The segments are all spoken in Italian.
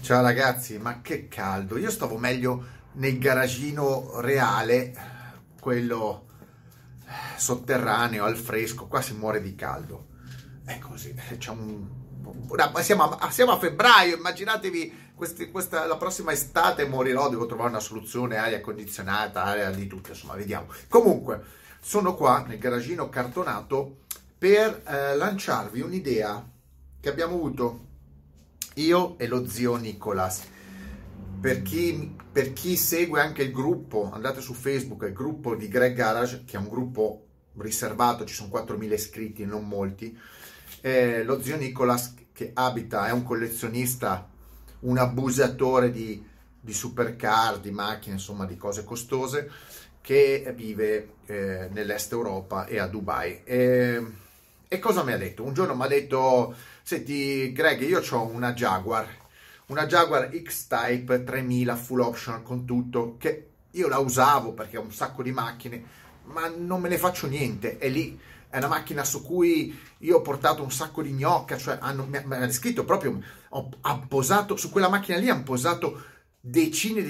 Ciao ragazzi, ma che caldo! Io stavo meglio nel garagino reale, quello sotterraneo, al fresco, qua si muore di caldo. È così, siamo a febbraio, immaginatevi la prossima estate morirò, devo trovare una soluzione, aria condizionata, aria di tutto, insomma, vediamo. Comunque, sono qua nel garagino cartonato per lanciarvi un'idea che abbiamo avuto io e lo zio Nicolas. Per chi segue anche il gruppo, andate su Facebook, il gruppo di Greg Garage, che è un gruppo riservato, ci sono 4.000 iscritti, non molti. Lo zio Nicolas, che è un collezionista, un abusatore di supercar, di macchine, insomma di cose costose, che vive nell'est Europa e a Dubai. E cosa mi ha detto? Un giorno mi ha detto: senti Greg, io ho una Jaguar X-Type 3000 full option con tutto, che io la usavo perché ho un sacco di macchine, ma non me ne faccio niente. E lì è una macchina su cui io ho portato un sacco di gnocca, cioè mi ha scritto proprio, ho posato su quella macchina lì, hanno posato decine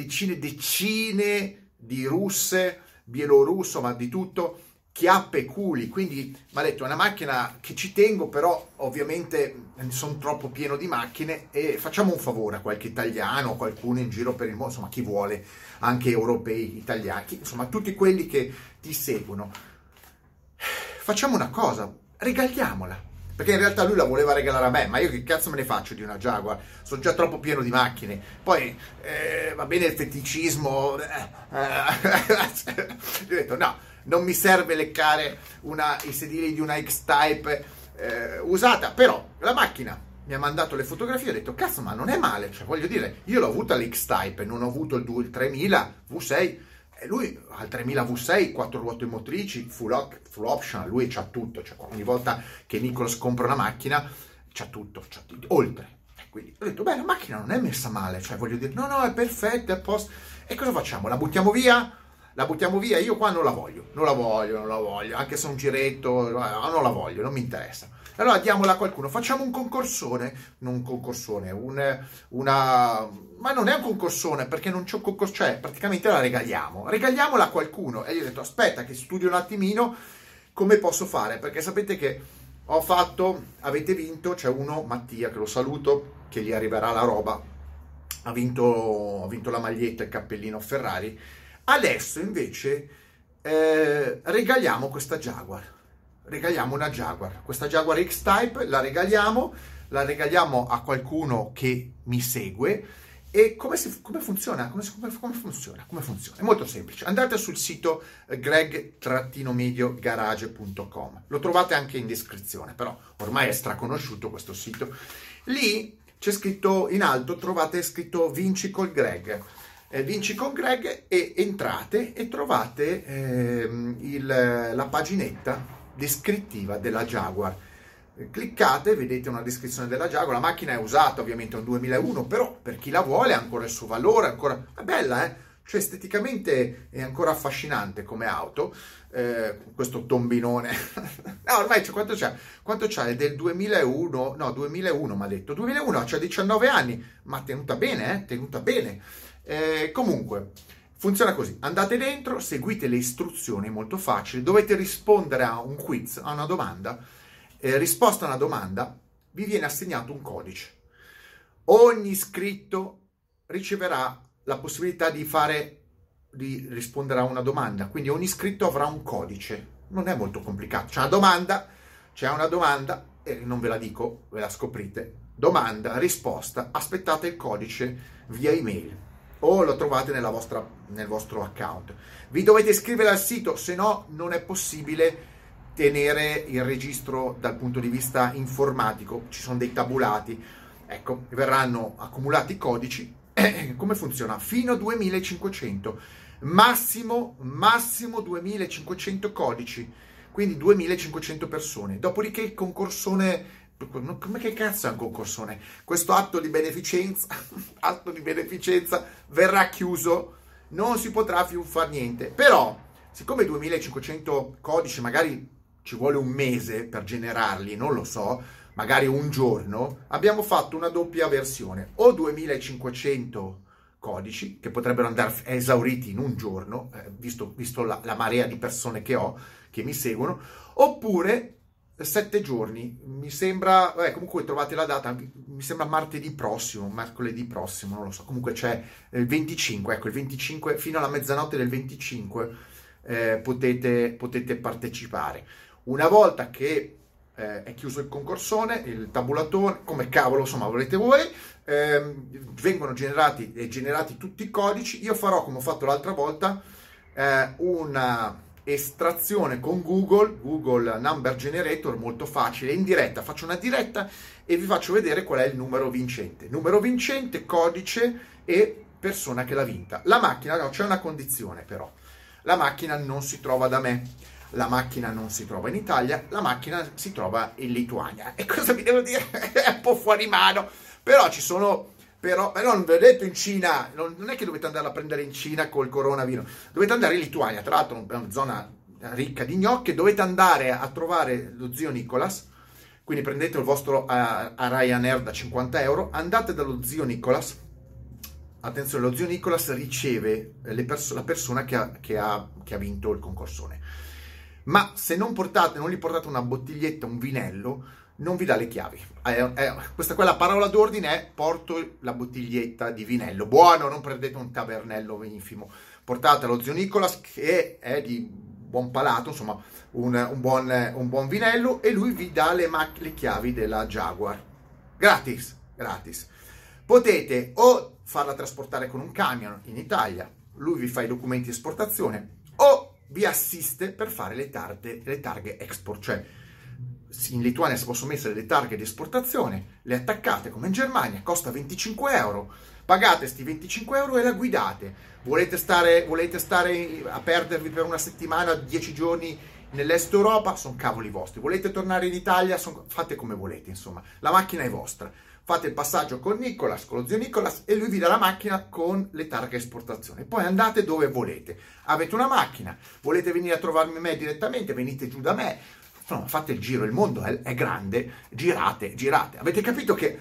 di russe, bielorusso, ma di tutto, chiappe e culi. Quindi mi ha detto: è una macchina che ci tengo, però ovviamente sono troppo pieno di macchine, e facciamo un favore a qualche italiano, qualcuno in giro per il mondo, insomma chi vuole, anche europei, italiani, insomma tutti quelli che ti seguono, facciamo una cosa, regaliamola. Perché in realtà lui la voleva regalare a me, ma io che cazzo me ne faccio di una Jaguar? Sono già troppo pieno di macchine. Poi va bene il feticismo, gli ho detto no, non mi serve leccare i sedili di una X-Type usata, però la macchina mi ha mandato le fotografie, ho detto cazzo, ma non è male, cioè voglio dire, io l'ho avuta l'X-Type, non ho avuto il 3000 V6, e lui al 3000 V6, 4 ruote motrici, full option, lui c'ha tutto, cioè ogni volta che Nicolas compra una macchina c'ha tutto, oltre. E quindi ho detto, beh, la macchina non è messa male, cioè voglio dire, no, è perfetta, è a posto. E cosa facciamo? La buttiamo via? La buttiamo via? Io qua non la voglio, anche se è un giretto, non la voglio, non mi interessa. Allora diamola a qualcuno, facciamo un concorsone, ma non è un concorsone, perché non c'è un concorso, cioè praticamente regaliamola a qualcuno. E io ho detto, aspetta che studio un attimino come posso fare, perché sapete che avete vinto, c'è uno, Mattia, che lo saluto, che gli arriverà la roba, ha vinto la maglietta e il cappellino Ferrari. Adesso invece regaliamo questa Jaguar. Regaliamo una Jaguar, questa Jaguar X-Type, la regaliamo a qualcuno che mi segue. E come funziona? Come funziona? È molto semplice. Andate sul sito greg-mediogarage.com. Lo trovate anche in descrizione, però ormai è straconosciuto questo sito. Lì c'è scritto in alto, trovate scritto Vinci col Greg. Vinci con Greg, e entrate e trovate la paginetta descrittiva della Jaguar. Cliccate, vedete una descrizione della Jaguar. La macchina è usata, ovviamente è un 2001, però per chi la vuole ha ancora il suo valore, è bella, cioè esteticamente è ancora affascinante come auto, questo tombinone. No, ormai quanto c'ha? È del 2001, no, 2001 mi ha detto, 2001, c'ha 19 anni, ma tenuta bene, comunque funziona così: andate dentro, seguite le istruzioni, molto facile, dovete rispondere a un quiz, a una domanda. Risposta a una domanda, vi viene assegnato un codice. Ogni iscritto riceverà la possibilità di rispondere a una domanda, quindi ogni iscritto avrà un codice. Non è molto complicato, c'è una domanda, e non ve la dico, ve la scoprite. Domanda, risposta, aspettate il codice via email o lo trovate nel vostro account. Vi dovete iscrivere al sito, se no non è possibile tenere il registro dal punto di vista informatico. Ci sono dei tabulati, ecco, verranno accumulati i codici. Come funziona? Fino a 2500, massimo 2500 codici, quindi 2500 persone. Dopodiché il concorsone, come che cazzo è un concorsone? Questo atto di beneficenza verrà chiuso, non si potrà più fare niente. Però siccome 2500 codici magari ci vuole un mese per generarli, non lo so, magari un giorno, abbiamo fatto una doppia versione, o 2500 codici, che potrebbero andare esauriti in un giorno, visto la marea di persone che ho, che mi seguono, oppure 7 giorni, mi sembra, comunque trovate la data, mi sembra martedì prossimo, mercoledì prossimo, non lo so, comunque c'è il 25, ecco il 25, fino alla mezzanotte del 25 potete partecipare. Una volta che è chiuso il concorsone, il tabulatore, come cavolo insomma volete voi, vengono generati tutti i codici. Io farò, come ho fatto l'altra volta, una estrazione con Google Number Generator, molto facile, in diretta. Faccio una diretta e vi faccio vedere qual è il numero vincente, codice e persona che l'ha vinta. La macchina, no, c'è una condizione però, la macchina non si trova da me, la macchina non si trova in Italia, la macchina si trova in Lituania. E cosa vi devo dire? È un po' fuori mano, però ci sono... Però non vi ho detto in Cina, non è che dovete andare a prendere in Cina col coronavirus, dovete andare in Lituania, tra l'altro è una zona ricca di gnocche, dovete andare a trovare lo zio Nicolas, quindi prendete il vostro a Ryanair da 50 euro, andate dallo zio Nicolas, attenzione, lo zio Nicolas riceve la persona che ha vinto il concorsone, ma se non gli portate una bottiglietta, un vinello, non vi dà le chiavi. Questa qua la parola d'ordine è: porto la bottiglietta di vinello. Buono, non prendete un tavernello infimo. Portate allo zio Nicolas, che è di buon palato, insomma, un buon vinello, e lui vi dà le chiavi della Jaguar. Gratis. Potete o farla trasportare con un camion in Italia, lui vi fa i documenti di esportazione, o vi assiste per fare le targhe export, cioè in Lituania si possono mettere le targhe di esportazione, le attaccate come in Germania, costa 25 euro, pagate sti 25 euro e la guidate. Volete stare a perdervi per una settimana, 10 giorni nell'est Europa, sono cavoli vostri. Volete tornare in Italia, fate come volete, insomma, la macchina è vostra. Fate il passaggio con lo zio Nicolas, e lui vi dà la macchina con le targhe esportazione. Poi andate dove volete. Avete una macchina, volete venire a trovarmi me direttamente, venite giù da me. No, fate il giro, il mondo è grande, girate. Avete capito che,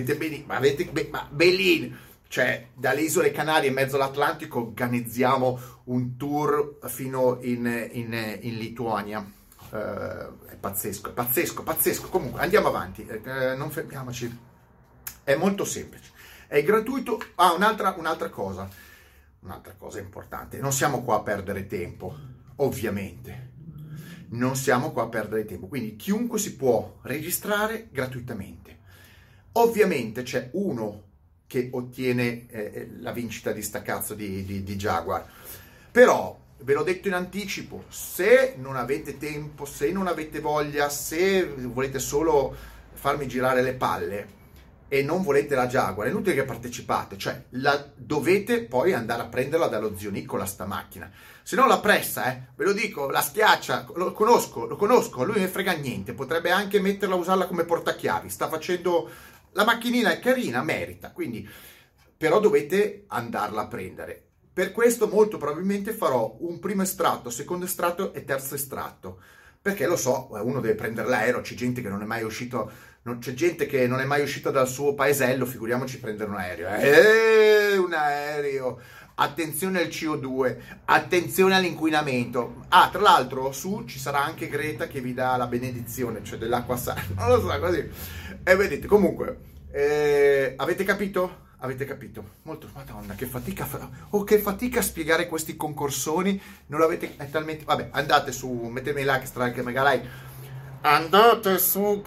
Belin, cioè dalle isole Canarie in mezzo all'Atlantico organizziamo un tour fino in Lituania. È pazzesco. Comunque andiamo avanti, non fermiamoci. È molto semplice, è gratuito. Un'altra cosa importante: non siamo qua a perdere tempo, ovviamente. Non siamo qua a perdere tempo, quindi chiunque si può registrare gratuitamente. Ovviamente c'è uno che ottiene la vincita di sta cazzo di Jaguar, però ve l'ho detto in anticipo: se non avete tempo, se non avete voglia, se volete solo farmi girare le palle e non volete la Jaguar, è inutile che partecipate, cioè dovete poi andare a prenderla dallo zio Nicola sta macchina, se no la pressa, ve lo dico, la schiaccia, lo conosco, lui non frega niente, potrebbe anche usarla come portachiavi, sta facendo, la macchinina è carina, merita, quindi, però dovete andarla a prendere. Per questo molto probabilmente farò un primo estratto, secondo estratto e terzo estratto, perché lo so, uno deve prendere l'aereo, c'è gente che non è mai uscita dal suo paesello, figuriamoci prendere un aereo. Un aereo! Attenzione al CO2, attenzione all'inquinamento. Tra l'altro su ci sarà anche Greta che vi dà la benedizione, cioè dell'acqua sana, non lo so, così. E vedete, comunque, avete capito? Molto, madonna, che fatica a spiegare questi concorsoni, non l'avete, è talmente, vabbè, andate su, mettemi like, strike, mega like, andate su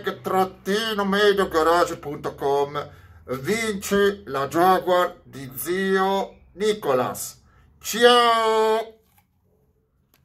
greg-mediogarage.com, vinci la Jaguar di zio Nicolas. Ciao!